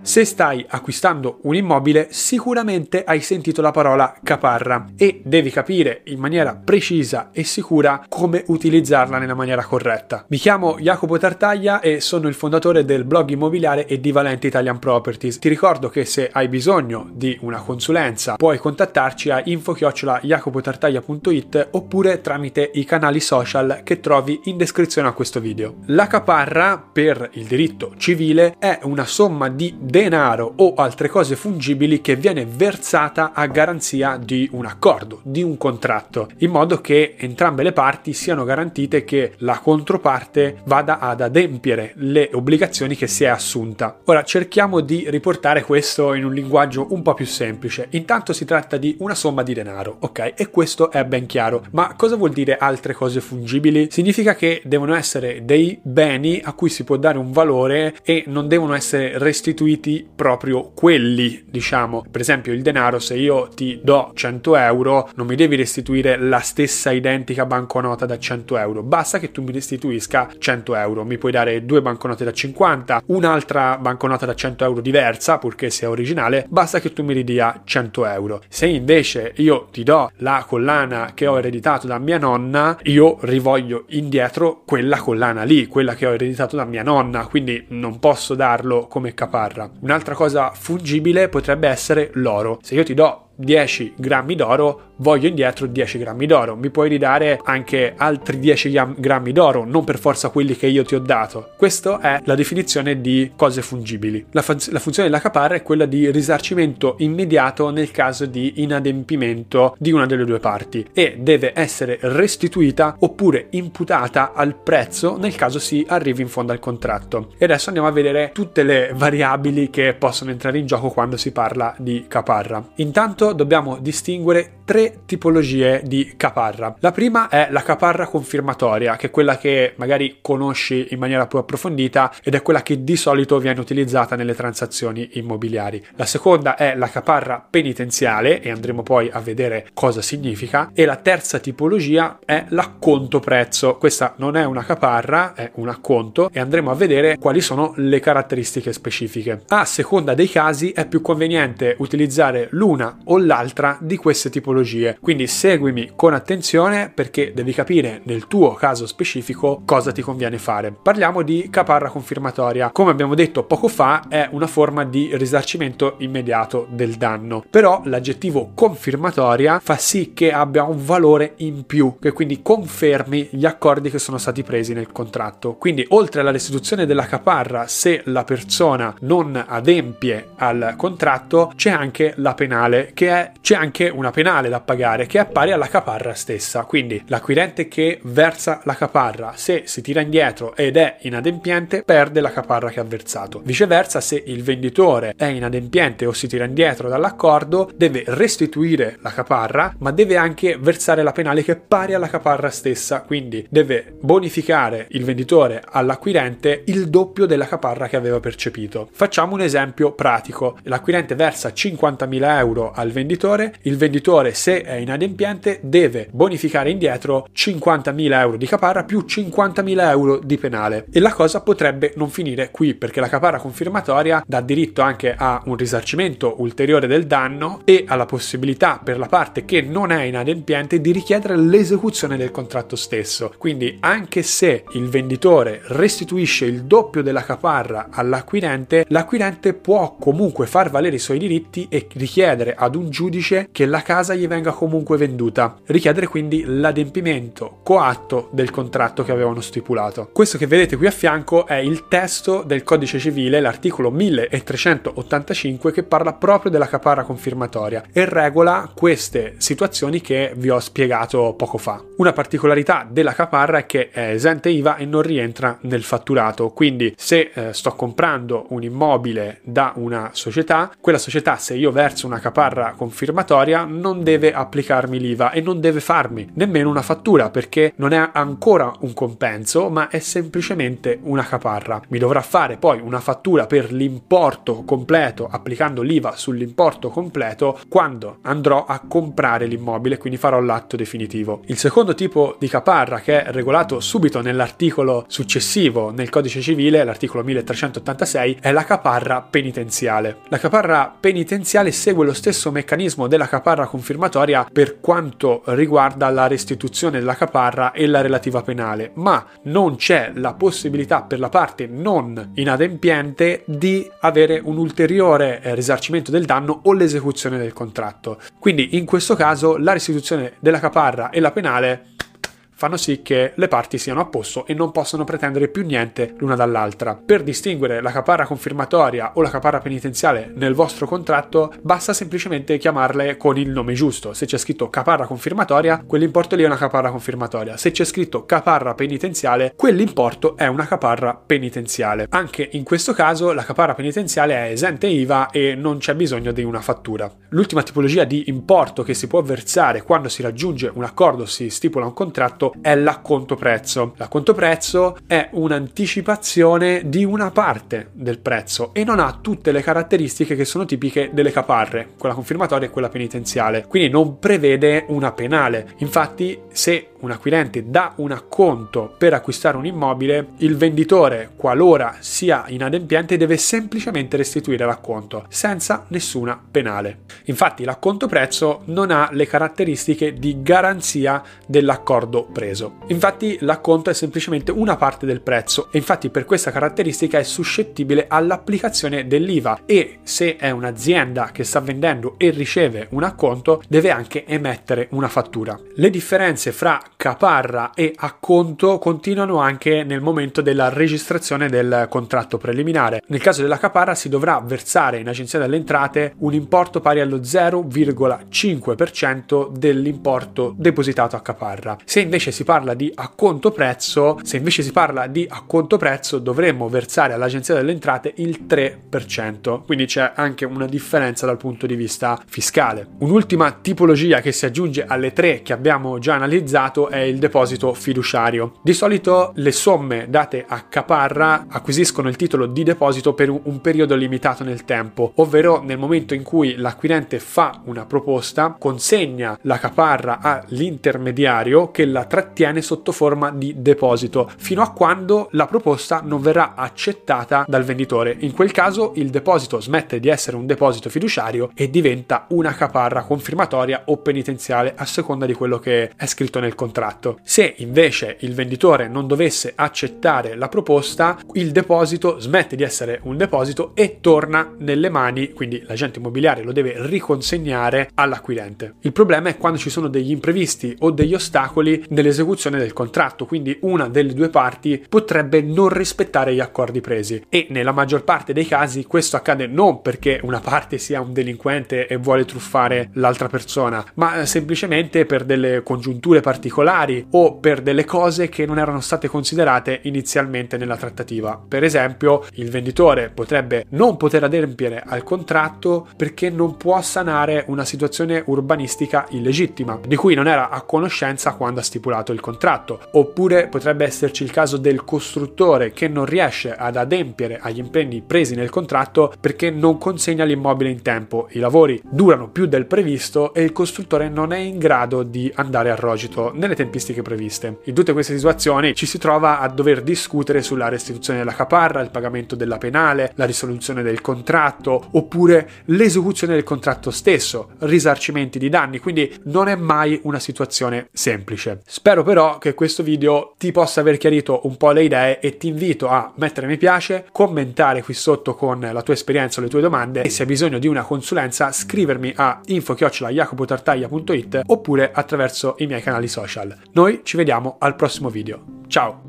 Se stai acquistando un immobile, sicuramente hai sentito la parola caparra e devi capire in maniera precisa e sicura come utilizzarla nella maniera corretta. Mi chiamo Jacopo Tartaglia e sono il fondatore del blog immobiliare e di Valente Italian Properties. Ti ricordo che se hai bisogno di una consulenza puoi contattarci a info@jacopotartaglia.it oppure tramite i canali social che trovi in descrizione a questo video. La caparra per il diritto civile è una somma di denaro o altre cose fungibili che viene versata a garanzia di un accordo, di un contratto, in modo che entrambe le parti siano garantite che la controparte vada ad adempiere le obbligazioni che si è assunta. Ora cerchiamo di riportare questo in un linguaggio un po' più semplice. Intanto si tratta di una somma di denaro, ok? E questo è ben chiaro. Ma cosa vuol dire altre cose fungibili? Significa che devono essere dei beni a cui si può dare un valore e non devono essere restituiti proprio quelli, diciamo. Per esempio il denaro, se io ti do 100 euro non mi devi restituire la stessa identica banconota da 100 euro, basta che tu mi restituisca 100 euro. Mi puoi dare due banconote da 50, un'altra banconota da 100 euro diversa, purché sia originale, basta che tu mi ridia 100 euro. Se invece io ti do la collana che ho ereditato da mia nonna, io rivoglio indietro quella collana lì, quella che ho ereditato da mia nonna, quindi non posso darlo come caparra. Un'altra cosa fungibile potrebbe essere l'oro. Se io ti do 10 grammi d'oro, voglio indietro 10 grammi d'oro. Mi puoi ridare anche altri 10 grammi d'oro, non per forza quelli che io ti ho dato. Questa è la definizione di cose fungibili. La funzione della caparra è quella di risarcimento immediato nel caso di inadempimento di una delle due parti e deve essere restituita oppure imputata al prezzo nel caso si arrivi in fondo al contratto. E adesso andiamo a vedere tutte le variabili che possono entrare in gioco quando si parla di caparra. Intanto dobbiamo distinguere tre tipologie di caparra. La prima è la caparra confermatoria, che è quella che magari conosci in maniera più approfondita ed è quella che di solito viene utilizzata nelle transazioni immobiliari. La seconda è la caparra penitenziale e andremo poi a vedere cosa significa. E la terza tipologia è l'acconto prezzo. Questa non è una caparra, è un acconto e andremo a vedere quali sono le caratteristiche specifiche. A seconda dei casi è più conveniente utilizzare l'una o l'altra di queste tipologie, quindi seguimi con attenzione perché devi capire nel tuo caso specifico cosa ti conviene fare. Parliamo di caparra confermatoria. Come abbiamo detto poco fa, è una forma di risarcimento immediato del danno, però l'aggettivo confermatoria fa sì che abbia un valore in più, che quindi confermi gli accordi che sono stati presi nel contratto. Quindi oltre alla restituzione della caparra, se la persona non adempie al contratto, c'è anche la penale, c'è anche una penale da pagare che è pari alla caparra stessa. Quindi l'acquirente che versa la caparra, se si tira indietro ed è inadempiente, perde la caparra che ha versato. Viceversa, se il venditore è inadempiente o si tira indietro dall'accordo, deve restituire la caparra, ma deve anche versare la penale che è pari alla caparra stessa. Quindi deve bonificare il venditore all'acquirente il doppio della caparra che aveva percepito. Facciamo un esempio pratico. L'acquirente versa 50.000 euro al venditore, il venditore, se è inadempiente, deve bonificare indietro 50.000 euro di caparra più 50.000 euro di penale. E la cosa potrebbe non finire qui, perché la caparra confermatoria dà diritto anche a un risarcimento ulteriore del danno e alla possibilità per la parte che non è inadempiente di richiedere l'esecuzione del contratto stesso. Quindi anche se il venditore restituisce il doppio della caparra all'acquirente, l'acquirente può comunque far valere i suoi diritti e richiedere ad un giudice che la casa gli venga comunque venduta, richiedere quindi l'adempimento coatto del contratto che avevano stipulato. Questo che vedete qui a fianco è il testo del codice civile, l'articolo 1385, che parla proprio della caparra confermatoria e regola queste situazioni che vi ho spiegato poco fa. Una particolarità della caparra è che è esente IVA e non rientra nel fatturato, quindi se sto comprando un immobile da una società, quella società, se io verso una caparra confermatoria, non deve applicarmi l'IVA e non deve farmi nemmeno una fattura, perché non è ancora un compenso ma è semplicemente una caparra. Mi dovrà fare poi una fattura per l'importo completo applicando l'IVA sull'importo completo quando andrò a comprare l'immobile, quindi farò l'atto definitivo. Il secondo secondo tipo di caparra, che è regolato subito nell'articolo successivo nel codice civile, l'articolo 1386, è la caparra penitenziale. La caparra penitenziale segue lo stesso meccanismo della caparra confirmatoria per quanto riguarda la restituzione della caparra e la relativa penale, ma non c'è la possibilità per la parte non inadempiente di avere un ulteriore risarcimento del danno o l'esecuzione del contratto. Quindi in questo caso la restituzione della caparra e la penale fanno sì che le parti siano a posto e non possono pretendere più niente l'una dall'altra. Per distinguere la caparra confirmatoria o la caparra penitenziale nel vostro contratto basta semplicemente chiamarle con il nome giusto. Se c'è scritto caparra confirmatoria, quell'importo lì è una caparra confirmatoria. Se c'è scritto caparra penitenziale, quell'importo è una caparra penitenziale. Anche in questo caso la caparra penitenziale è esente IVA e non c'è bisogno di una fattura. L'ultima tipologia di importo che si può versare quando si raggiunge un accordo, si stipula un contratto, è l'acconto prezzo. L'acconto prezzo è un'anticipazione di una parte del prezzo e non ha tutte le caratteristiche che sono tipiche delle caparre, quella confirmatoria e quella penitenziale, quindi non prevede una penale. Infatti, se un acquirente dà un acconto per acquistare un immobile, il venditore, qualora sia inadempiente, deve semplicemente restituire l'acconto senza nessuna penale. Infatti l'acconto prezzo non ha le caratteristiche di garanzia dell'accordo preso. Infatti l'acconto è semplicemente una parte del prezzo e infatti per questa caratteristica è suscettibile all'applicazione dell'IVA, e se è un'azienda che sta vendendo e riceve un acconto deve anche emettere una fattura. Le differenze fra caparra e acconto continuano anche nel momento della registrazione del contratto preliminare. Nel caso della caparra si dovrà versare in Agenzia delle Entrate un importo pari allo 0,5% dell'importo depositato a caparra. Se invece si parla di acconto prezzo, dovremmo versare all'Agenzia delle Entrate il 3%, quindi c'è anche una differenza dal punto di vista fiscale. Un'ultima tipologia che si aggiunge alle tre che abbiamo già analizzato è il deposito fiduciario. Di solito le somme date a caparra acquisiscono il titolo di deposito per un periodo limitato nel tempo, ovvero nel momento in cui l'acquirente fa una proposta, consegna la caparra all'intermediario che la trattiene sotto forma di deposito fino a quando la proposta non verrà accettata dal venditore. In quel caso il deposito smette di essere un deposito fiduciario e diventa una caparra confirmatoria o penitenziale a seconda di quello che è scritto nel contratto. Se invece il venditore non dovesse accettare la proposta, il deposito smette di essere un deposito e torna nelle mani, quindi l'agente immobiliare lo deve riconsegnare all'acquirente. Il problema è quando ci sono degli imprevisti o degli ostacoli nell'esecuzione del contratto, quindi una delle due parti potrebbe non rispettare gli accordi presi, e nella maggior parte dei casi questo accade non perché una parte sia un delinquente e vuole truffare l'altra persona, ma semplicemente per delle congiunture particolari o per delle cose che non erano state considerate inizialmente nella trattativa. Per esempio, il venditore potrebbe non poter adempiere al contratto perché non può sanare una situazione urbanistica illegittima di cui non era a conoscenza quando ha stipulato il contratto, oppure potrebbe esserci il caso del costruttore che non riesce ad adempiere agli impegni presi nel contratto perché non consegna l'immobile in tempo. I lavori durano più del previsto e il costruttore non è in grado di andare a rogito nelle tempistiche previste. In tutte queste situazioni ci si trova a dover discutere sulla restituzione della caparra, il pagamento della penale, la risoluzione del contratto oppure l'esecuzione del contratto stesso, risarcimenti di danni, quindi non è mai una situazione semplice. Spero però che questo video ti possa aver chiarito un po' le idee e ti invito a mettere mi piace, commentare qui sotto con la tua esperienza o le tue domande, e se hai bisogno di una consulenza scrivermi a info@jacopotartaglia.it oppure attraverso i miei canali social. Noi ci vediamo al prossimo video. Ciao!